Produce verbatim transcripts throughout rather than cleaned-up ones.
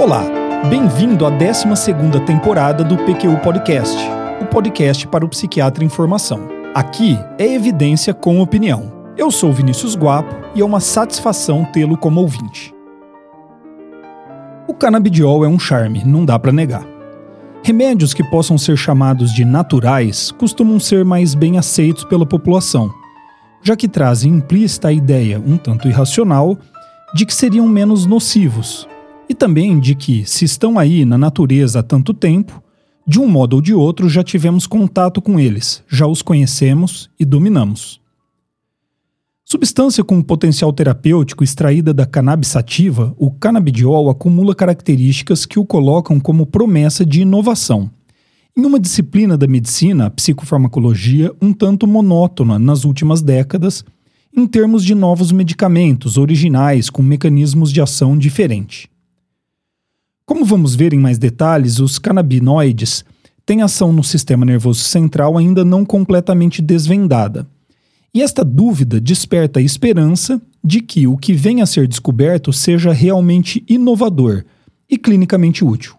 Olá, bem-vindo à décima segunda temporada do P Q U Podcast, o podcast para o psiquiatra em formação. Aqui é evidência com opinião. Eu sou Vinícius Guapo e é uma satisfação tê-lo como ouvinte. O canabidiol é um charme, não dá para negar. Remédios que possam ser chamados de naturais costumam ser mais bem aceitos pela população, já que trazem implícita a ideia, um tanto irracional, de que seriam menos nocivos, e também de que, se estão aí na natureza há tanto tempo, de um modo ou de outro já tivemos contato com eles, já os conhecemos e dominamos. Substância com potencial terapêutico extraída da cannabis sativa, o canabidiol acumula características que o colocam como promessa de inovação, em uma disciplina da medicina, a psicofarmacologia, um tanto monótona nas últimas décadas, em termos de novos medicamentos originais com mecanismos de ação diferentes. Como vamos ver em mais detalhes, os canabinoides têm ação no sistema nervoso central ainda não completamente desvendada. E esta dúvida desperta a esperança de que o que venha a ser descoberto seja realmente inovador e clinicamente útil.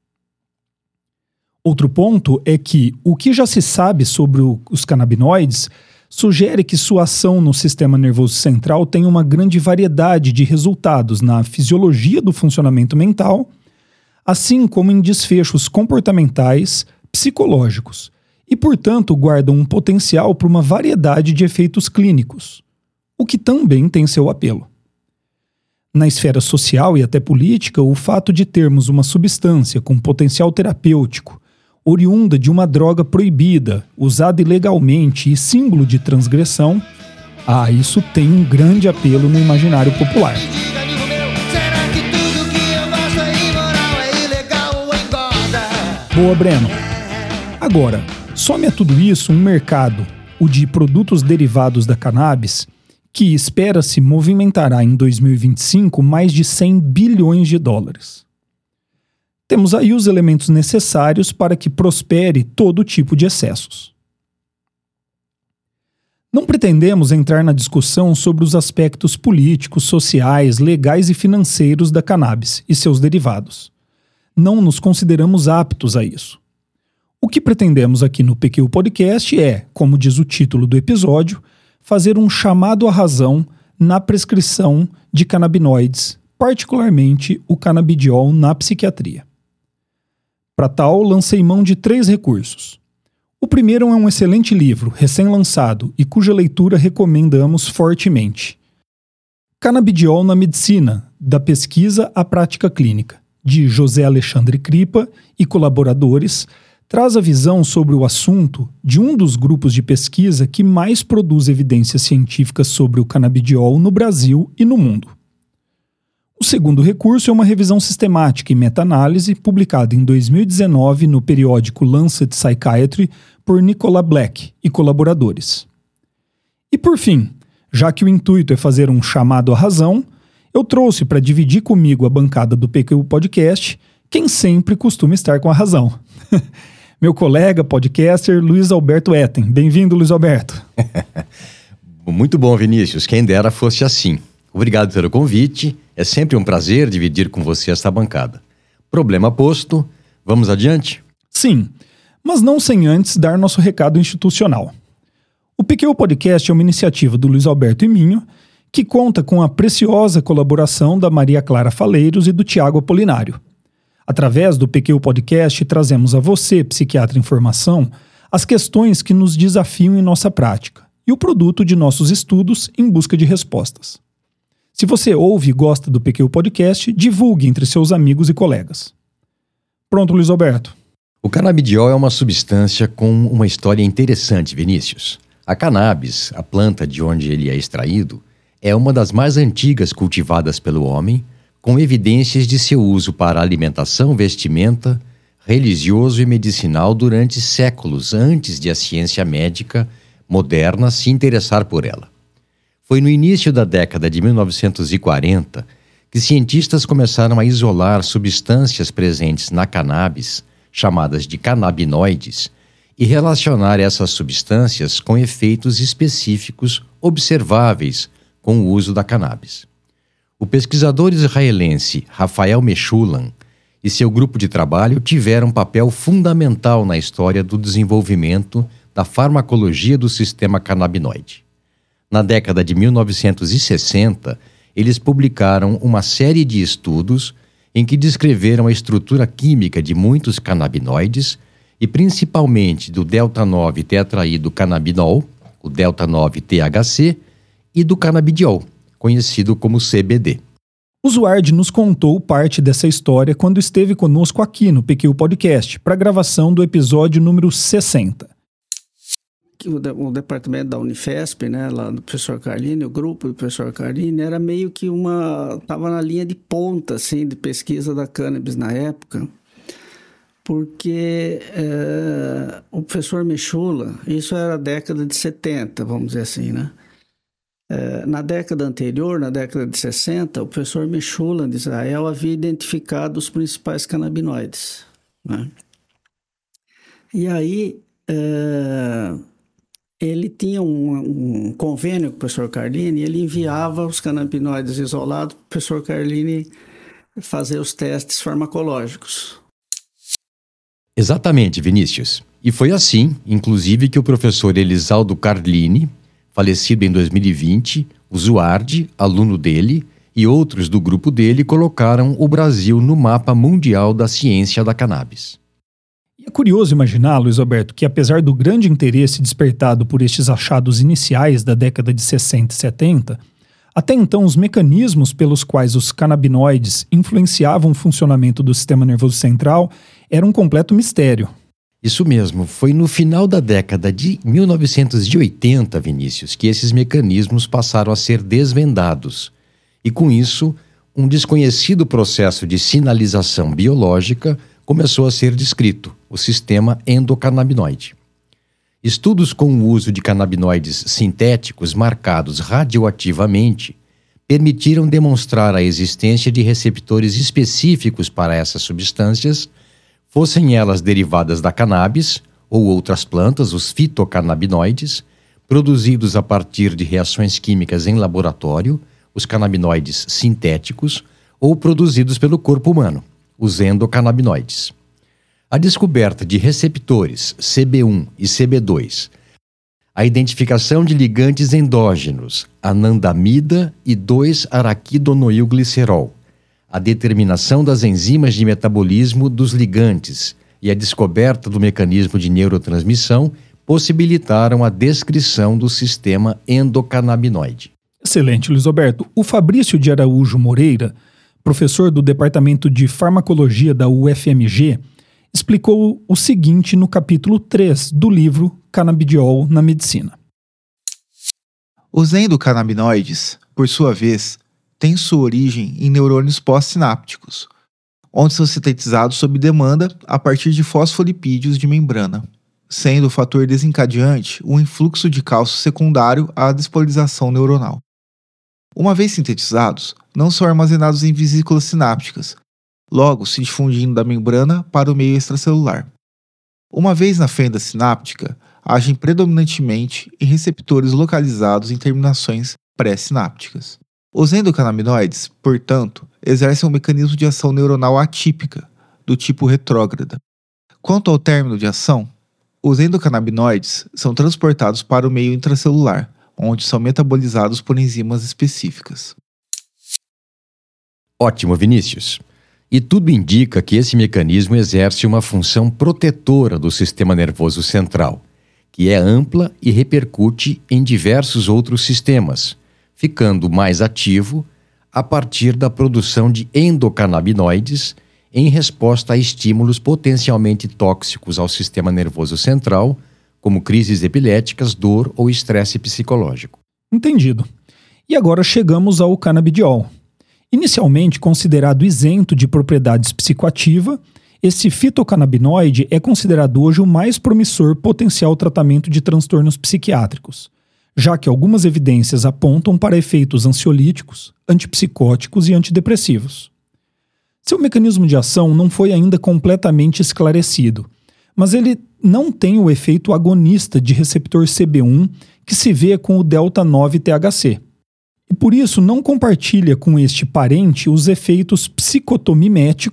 Outro ponto é que o que já se sabe sobre o, os canabinoides sugere que sua ação no sistema nervoso central tem uma grande variedade de resultados na fisiologia do funcionamento mental, assim como em desfechos comportamentais, psicológicos, e, portanto, guardam um potencial para uma variedade de efeitos clínicos, o que também tem seu apelo. Na esfera social e até política, o fato de termos uma substância com potencial terapêutico, oriunda de uma droga proibida, usada ilegalmente e símbolo de transgressão, ah, isso tem um grande apelo no imaginário popular. Boa, Breno. Agora, some a tudo isso um mercado, o de produtos derivados da cannabis, que espera-se movimentará em dois mil e vinte e cinco mais de cem bilhões de dólares. Temos aí os elementos necessários para que prospere todo tipo de excessos. Não pretendemos entrar na discussão sobre os aspectos políticos, sociais, legais e financeiros da cannabis e seus derivados. Não nos consideramos aptos a isso. O que pretendemos aqui no P Q U Podcast é, como diz o título do episódio, fazer um chamado à razão na prescrição de canabinoides, particularmente o canabidiol na psiquiatria. Para tal, lancei mão de três recursos. O primeiro é um excelente livro, recém-lançado, e cuja leitura recomendamos fortemente. Canabidiol na Medicina, da pesquisa à prática clínica, de José Alexandre Cripa e colaboradores, traz a visão sobre o assunto de um dos grupos de pesquisa que mais produz evidências científicas sobre o canabidiol no Brasil e no mundo. O segundo recurso é uma revisão sistemática e meta-análise publicada em dois mil e dezenove no periódico Lancet Psychiatry por Nicola Black e colaboradores. E por fim, já que o intuito é fazer um chamado à razão, eu trouxe para dividir comigo a bancada do P Q U Podcast quem sempre costuma estar com a razão. Meu colega podcaster Luiz Alberto Etten. Bem-vindo, Luiz Alberto. Muito bom, Vinícius. Quem dera fosse assim. Obrigado pelo convite. É sempre um prazer dividir com você esta bancada. Problema posto, vamos adiante? Sim, mas não sem antes dar nosso recado institucional. O P Q U Podcast é uma iniciativa do Luiz Alberto e minha, que conta com a preciosa colaboração da Maria Clara Faleiros e do Tiago Apolinário. Através do P Q U Podcast, trazemos a você, psiquiatra em formação, as questões que nos desafiam em nossa prática e o produto de nossos estudos em busca de respostas. Se você ouve e gosta do P Q U Podcast, divulgue entre seus amigos e colegas. Pronto, Luiz Alberto. O canabidiol é uma substância com uma história interessante, Vinícius. A cannabis, a planta de onde ele é extraído, é uma das mais antigas cultivadas pelo homem, com evidências de seu uso para alimentação, vestimenta, religioso e medicinal durante séculos antes de a ciência médica moderna se interessar por ela. Foi no início da década de mil novecentos e quarenta que cientistas começaram a isolar substâncias presentes na cannabis, chamadas de canabinoides, e relacionar essas substâncias com efeitos específicos observáveis com o uso da cannabis. O pesquisador israelense Rafael Meshulam e seu grupo de trabalho tiveram um papel fundamental na história do desenvolvimento da farmacologia do sistema canabinoide. Na década de mil novecentos e sessenta, eles publicaram uma série de estudos em que descreveram a estrutura química de muitos canabinoides e principalmente do delta nove tetraidrocannabinol, o delta nove T H C, e do canabidiol, conhecido como C B D. O Zuardi nos contou parte dessa história quando esteve conosco aqui no P Q U Podcast, para a gravação do episódio número sessenta. O, de, o departamento da Unifesp, né, lá do professor Carlini, o grupo do professor Carlini, era meio que uma... estava na linha de ponta, assim, de pesquisa da cannabis na época, porque é, o professor Michula, isso era a década de setenta, vamos dizer assim, né? É, na década anterior, na década de sessenta, o professor Michula de Israel havia identificado os principais canabinoides, né? E aí... É, ele tinha um, um convênio com o professor Carlini e ele enviava os canabinoides isolados para o professor Carlini fazer os testes farmacológicos. Exatamente, Vinícius. E foi assim, inclusive, que o professor Elisaldo Carlini, falecido em dois mil e vinte, o Zuardi, aluno dele, e outros do grupo dele colocaram o Brasil no mapa mundial da ciência da cannabis. É curioso imaginar, Luiz Alberto, que apesar do grande interesse despertado por estes achados iniciais da década de sessenta e setenta, até então os mecanismos pelos quais os canabinoides influenciavam o funcionamento do sistema nervoso central eram um completo mistério. Isso mesmo, foi no final da década de mil novecentos e oitenta, Vinícius, que esses mecanismos passaram a ser desvendados. E com isso, um desconhecido processo de sinalização biológica começou a ser descrito, o sistema endocannabinoide. Estudos com o uso de canabinoides sintéticos marcados radioativamente permitiram demonstrar a existência de receptores específicos para essas substâncias, fossem elas derivadas da cannabis ou outras plantas, os fitocannabinoides, produzidos a partir de reações químicas em laboratório, os canabinoides sintéticos, ou produzidos pelo corpo humano, os endocannabinoides. A descoberta de receptores C B um e C B dois, a identificação de ligantes endógenos, anandamida e dois araquidonoilglicerol, a determinação das enzimas de metabolismo dos ligantes e a descoberta do mecanismo de neurotransmissão possibilitaram a descrição do sistema endocannabinoide. Excelente, Luiz Alberto. O Fabrício de Araújo Moreira, professor do Departamento de Farmacologia da U F M G, explicou o seguinte no capítulo três do livro Canabidiol na Medicina. Os endocannabinoides, por sua vez, têm sua origem em neurônios pós-sinápticos, onde são sintetizados sob demanda a partir de fosfolipídios de membrana, sendo o fator desencadeante o influxo de cálcio secundário à despolarização neuronal. Uma vez sintetizados, não são armazenados em vesículas sinápticas, logo se difundindo da membrana para o meio extracelular. Uma vez na fenda sináptica, agem predominantemente em receptores localizados em terminações pré-sinápticas. Os endocannabinoides, portanto, exercem um mecanismo de ação neuronal atípica, do tipo retrógrada. Quanto ao término de ação, os endocannabinoides são transportados para o meio intracelular, onde são metabolizados por enzimas específicas. Ótimo, Vinícius. E tudo indica que esse mecanismo exerce uma função protetora do sistema nervoso central, que é ampla e repercute em diversos outros sistemas, ficando mais ativo a partir da produção de endocannabinoides em resposta a estímulos potencialmente tóxicos ao sistema nervoso central, como crises epiléticas, dor ou estresse psicológico. Entendido. E agora chegamos ao canabidiol. Inicialmente considerado isento de propriedades psicoativas, esse fitocannabinoide é considerado hoje o mais promissor potencial tratamento de transtornos psiquiátricos, já que algumas evidências apontam para efeitos ansiolíticos, antipsicóticos e antidepressivos. Seu mecanismo de ação não foi ainda completamente esclarecido, mas ele não tem o efeito agonista de receptor C B um que se vê com o delta nove T H C. E por isso não compartilha com este parente os efeitos psicotomiméticos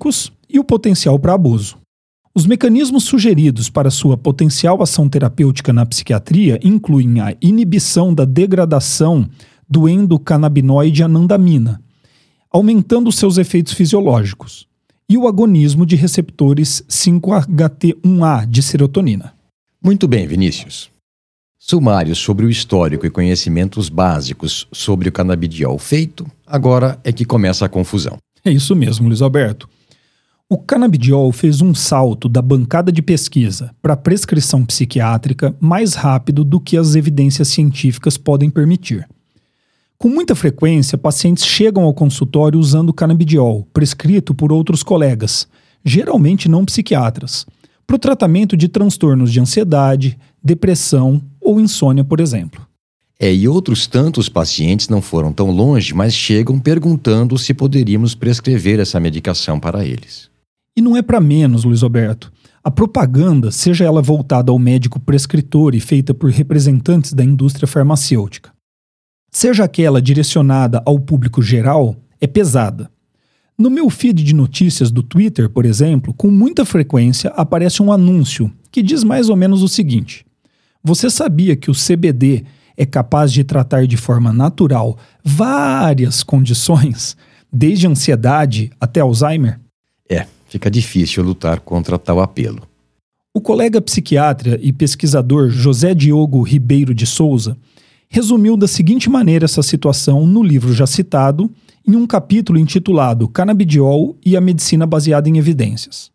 e o potencial para abuso. Os mecanismos sugeridos para sua potencial ação terapêutica na psiquiatria incluem a inibição da degradação do endocannabinoide anandamina, aumentando seus efeitos fisiológicos, e o agonismo de receptores cinco H T um A de serotonina. Muito bem, Vinícius. Sumário sobre o histórico e conhecimentos básicos sobre o canabidiol feito, agora é que começa a confusão. É isso mesmo, Luiz Alberto. O canabidiol fez um salto da bancada de pesquisa para a prescrição psiquiátrica mais rápido do que as evidências científicas podem permitir. Com muita frequência, pacientes chegam ao consultório usando canabidiol, prescrito por outros colegas, geralmente não psiquiatras, para o tratamento de transtornos de ansiedade, depressão ou insônia, por exemplo. É, e outros tantos pacientes não foram tão longe, mas chegam perguntando se poderíamos prescrever essa medicação para eles. E não é para menos, Luiz Alberto. A propaganda, seja ela voltada ao médico prescritor e feita por representantes da indústria farmacêutica, seja aquela direcionada ao público geral, é pesada. No meu feed de notícias do Twitter, por exemplo, com muita frequência aparece um anúncio que diz mais ou menos o seguinte: você sabia que o C B D é capaz de tratar de forma natural várias condições, desde ansiedade até Alzheimer? É, fica difícil lutar contra tal apelo. O colega psiquiatra e pesquisador José Diogo Ribeiro de Souza resumiu da seguinte maneira essa situação no livro já citado, em um capítulo intitulado Canabidiol e a Medicina Baseada em Evidências.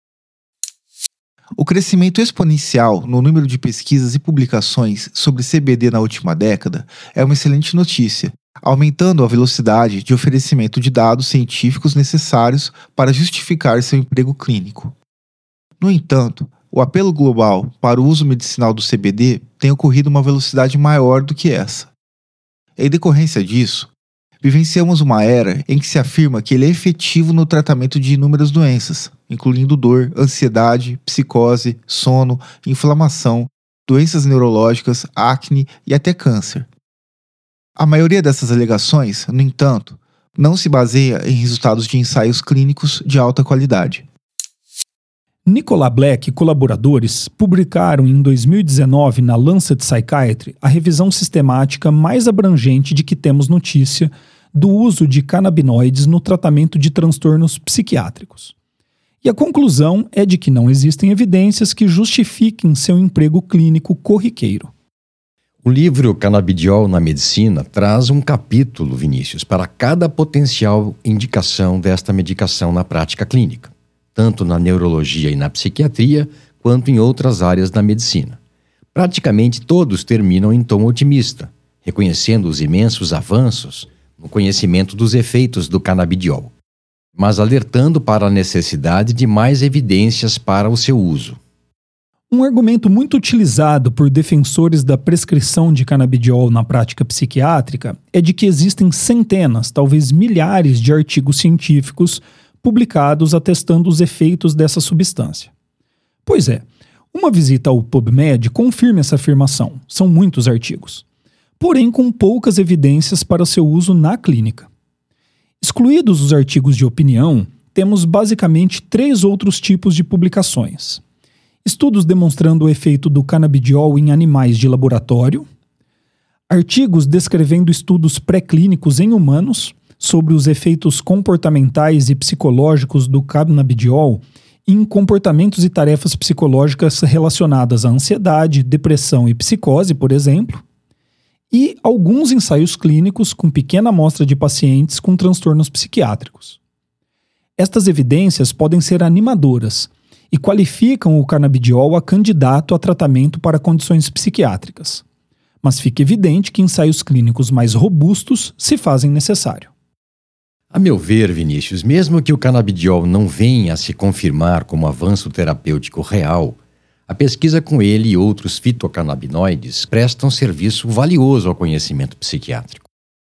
O crescimento exponencial no número de pesquisas e publicações sobre C B D na última década é uma excelente notícia, aumentando a velocidade de oferecimento de dados científicos necessários para justificar seu emprego clínico. No entanto, o apelo global para o uso medicinal do C B D tem ocorrido uma velocidade maior do que essa. Em decorrência disso, vivenciamos uma era em que se afirma que ele é efetivo no tratamento de inúmeras doenças, incluindo dor, ansiedade, psicose, sono, inflamação, doenças neurológicas, acne e até câncer. A maioria dessas alegações, no entanto, não se baseia em resultados de ensaios clínicos de alta qualidade. Nicola Black e colaboradores publicaram em dois mil e dezenove na Lancet Psychiatry a revisão sistemática mais abrangente de que temos notícia do uso de canabinoides no tratamento de transtornos psiquiátricos. E a conclusão é de que não existem evidências que justifiquem seu emprego clínico corriqueiro. O livro Canabidiol na Medicina traz um capítulo, Vinícius, para cada potencial indicação desta medicação na prática clínica, tanto na neurologia e na psiquiatria, quanto em outras áreas da medicina. Praticamente todos terminam em tom otimista, reconhecendo os imensos avanços no conhecimento dos efeitos do canabidiol, mas alertando para a necessidade de mais evidências para o seu uso. Um argumento muito utilizado por defensores da prescrição de canabidiol na prática psiquiátrica é de que existem centenas, talvez milhares de artigos científicos publicados atestando os efeitos dessa substância. Pois é, uma visita ao PubMed confirma essa afirmação, são muitos artigos, porém com poucas evidências para seu uso na clínica. Excluídos os artigos de opinião, temos basicamente três outros tipos de publicações. Estudos demonstrando o efeito do canabidiol em animais de laboratório, artigos descrevendo estudos pré-clínicos em humanos sobre os efeitos comportamentais e psicológicos do canabidiol em comportamentos e tarefas psicológicas relacionadas à ansiedade, depressão e psicose, por exemplo, e alguns ensaios clínicos com pequena amostra de pacientes com transtornos psiquiátricos. Estas evidências podem ser animadoras e qualificam o canabidiol a candidato a tratamento para condições psiquiátricas, mas fica evidente que ensaios clínicos mais robustos se fazem necessário. A meu ver, Vinícius, mesmo que o canabidiol não venha a se confirmar como avanço terapêutico real, a pesquisa com ele e outros fitocannabinoides presta um serviço valioso ao conhecimento psiquiátrico.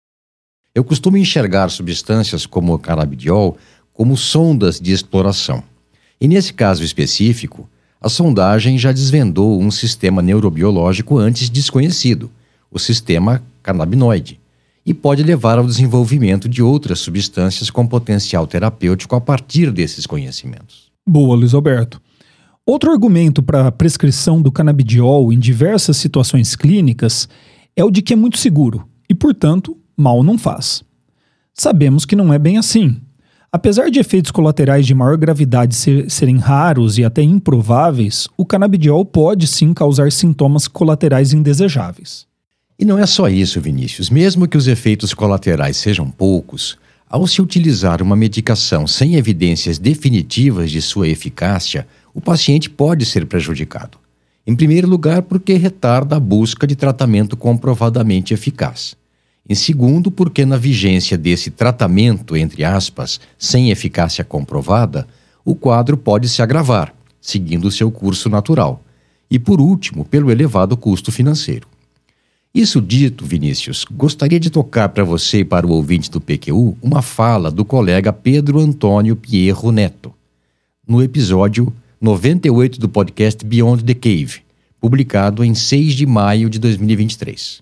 Eu costumo enxergar substâncias como o canabidiol como sondas de exploração. E nesse caso específico, a sondagem já desvendou um sistema neurobiológico antes desconhecido, o sistema canabinoide, e pode levar ao desenvolvimento de outras substâncias com potencial terapêutico a partir desses conhecimentos. Boa, Luiz Alberto. Outro argumento para a prescrição do canabidiol em diversas situações clínicas é o de que é muito seguro e, portanto, mal não faz. Sabemos que não é bem assim. Apesar de efeitos colaterais de maior gravidade ser, serem raros e até improváveis, o canabidiol pode sim causar sintomas colaterais indesejáveis. E não é só isso, Vinícius. Mesmo que os efeitos colaterais sejam poucos, ao se utilizar uma medicação sem evidências definitivas de sua eficácia, o paciente pode ser prejudicado. Em primeiro lugar, porque retarda a busca de tratamento comprovadamente eficaz. Em segundo, porque na vigência desse tratamento, entre aspas, sem eficácia comprovada, o quadro pode se agravar, seguindo seu curso natural. E por último, pelo elevado custo financeiro. Isso dito, Vinícius, gostaria de tocar para você e para o ouvinte do P Q U uma fala do colega Pedro Antônio Pierro Neto, no episódio noventa e oito do podcast Beyond the Cave, publicado em seis de maio de dois mil e vinte e três.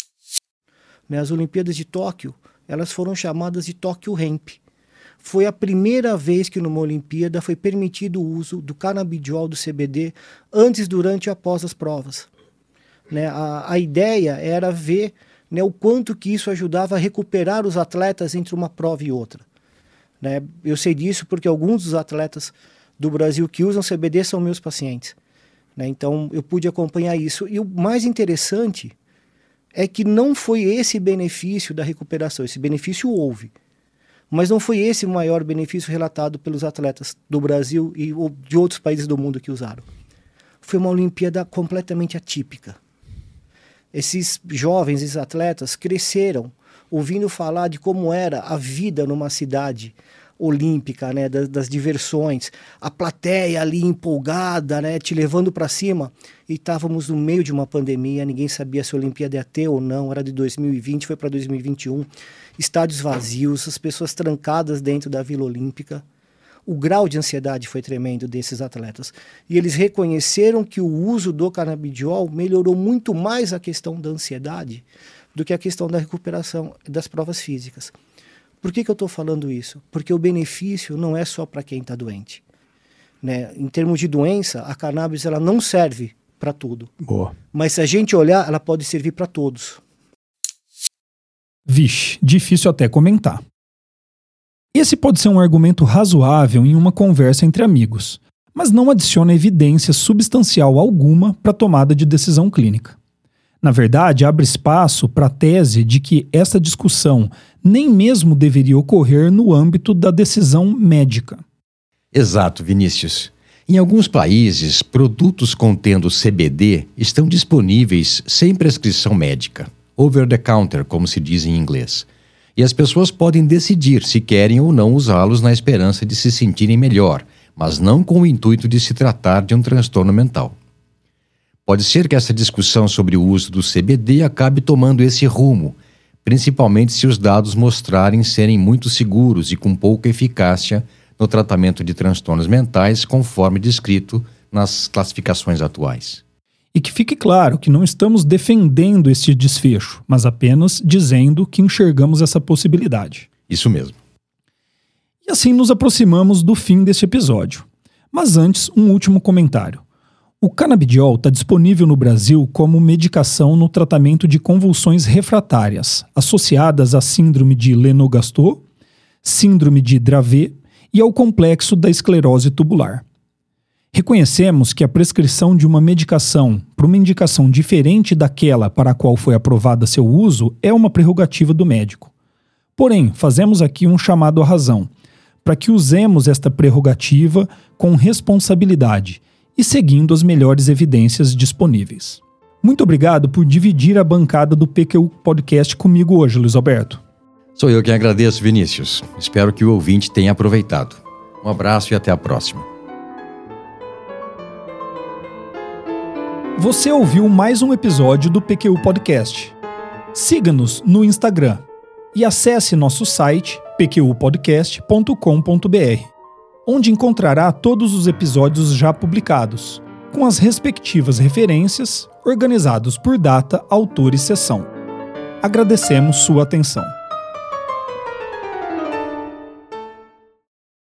As Olimpíadas de Tóquio, elas foram chamadas de Tóquio Hemp. Foi a primeira vez que numa Olimpíada foi permitido o uso do canabidiol, do C B D, antes, durante e após as provas. Né, a, a ideia era ver, né, o quanto que isso ajudava a recuperar os atletas entre uma prova e outra. Né, eu sei disso porque alguns dos atletas do Brasil que usam C B D são meus pacientes. Né, então eu pude acompanhar isso. E o mais interessante é que não foi esse benefício da recuperação. Esse benefício houve. Mas não foi esse o maior benefício relatado pelos atletas do Brasil e de outros países do mundo que usaram. Foi uma Olimpíada completamente atípica. Esses jovens, esses atletas, cresceram ouvindo falar de como era a vida numa cidade olímpica, né, das, das diversões, a plateia ali empolgada, né, te levando para cima, e estávamos no meio de uma pandemia, ninguém sabia se a Olimpíada ia ter ou não, era de dois mil e vinte, foi para dois mil e vinte e um, estádios vazios, as pessoas trancadas dentro da Vila Olímpica. O grau de ansiedade foi tremendo desses atletas. E eles reconheceram que o uso do canabidiol melhorou muito mais a questão da ansiedade do que a questão da recuperação das provas físicas. Por que que eu estou falando isso? Porque o benefício não é só para quem está doente. Né? Em termos de doença, a cannabis ela não serve para tudo. Boa. Mas se a gente olhar, ela pode servir para todos. Vixe, difícil até comentar. Esse pode ser um argumento razoável em uma conversa entre amigos, mas não adiciona evidência substancial alguma para a tomada de decisão clínica. Na verdade, abre espaço para a tese de que essa discussão nem mesmo deveria ocorrer no âmbito da decisão médica. Exato, Vinícius. Em alguns países, produtos contendo C B D estão disponíveis sem prescrição médica, over the counter, como se diz em inglês. E as pessoas podem decidir se querem ou não usá-los na esperança de se sentirem melhor, mas não com o intuito de se tratar de um transtorno mental. Pode ser que essa discussão sobre o uso do C B D acabe tomando esse rumo, principalmente se os dados mostrarem serem muito seguros e com pouca eficácia no tratamento de transtornos mentais, conforme descrito nas classificações atuais. E que fique claro que não estamos defendendo esse desfecho, mas apenas dizendo que enxergamos essa possibilidade. Isso mesmo. E assim nos aproximamos do fim deste episódio. Mas antes, um último comentário. O canabidiol está disponível no Brasil como medicação no tratamento de convulsões refratárias, associadas à síndrome de Lennox-Gastaut, síndrome de Dravet e ao complexo da esclerose tubular. Reconhecemos que a prescrição de uma medicação para uma indicação diferente daquela para a qual foi aprovada seu uso é uma prerrogativa do médico. Porém, fazemos aqui um chamado à razão, para que usemos esta prerrogativa com responsabilidade e seguindo as melhores evidências disponíveis. Muito obrigado por dividir a bancada do P Q U Podcast comigo hoje, Luiz Alberto. Sou eu quem agradeço, Vinícius. Espero que o ouvinte tenha aproveitado. Um abraço e até a próxima. Você ouviu mais um episódio do P Q U Podcast. Siga-nos no Instagram e acesse nosso site p q u podcast ponto com ponto b r, onde encontrará todos os episódios já publicados, com as respectivas referências, organizados por data, autor e sessão. Agradecemos sua atenção.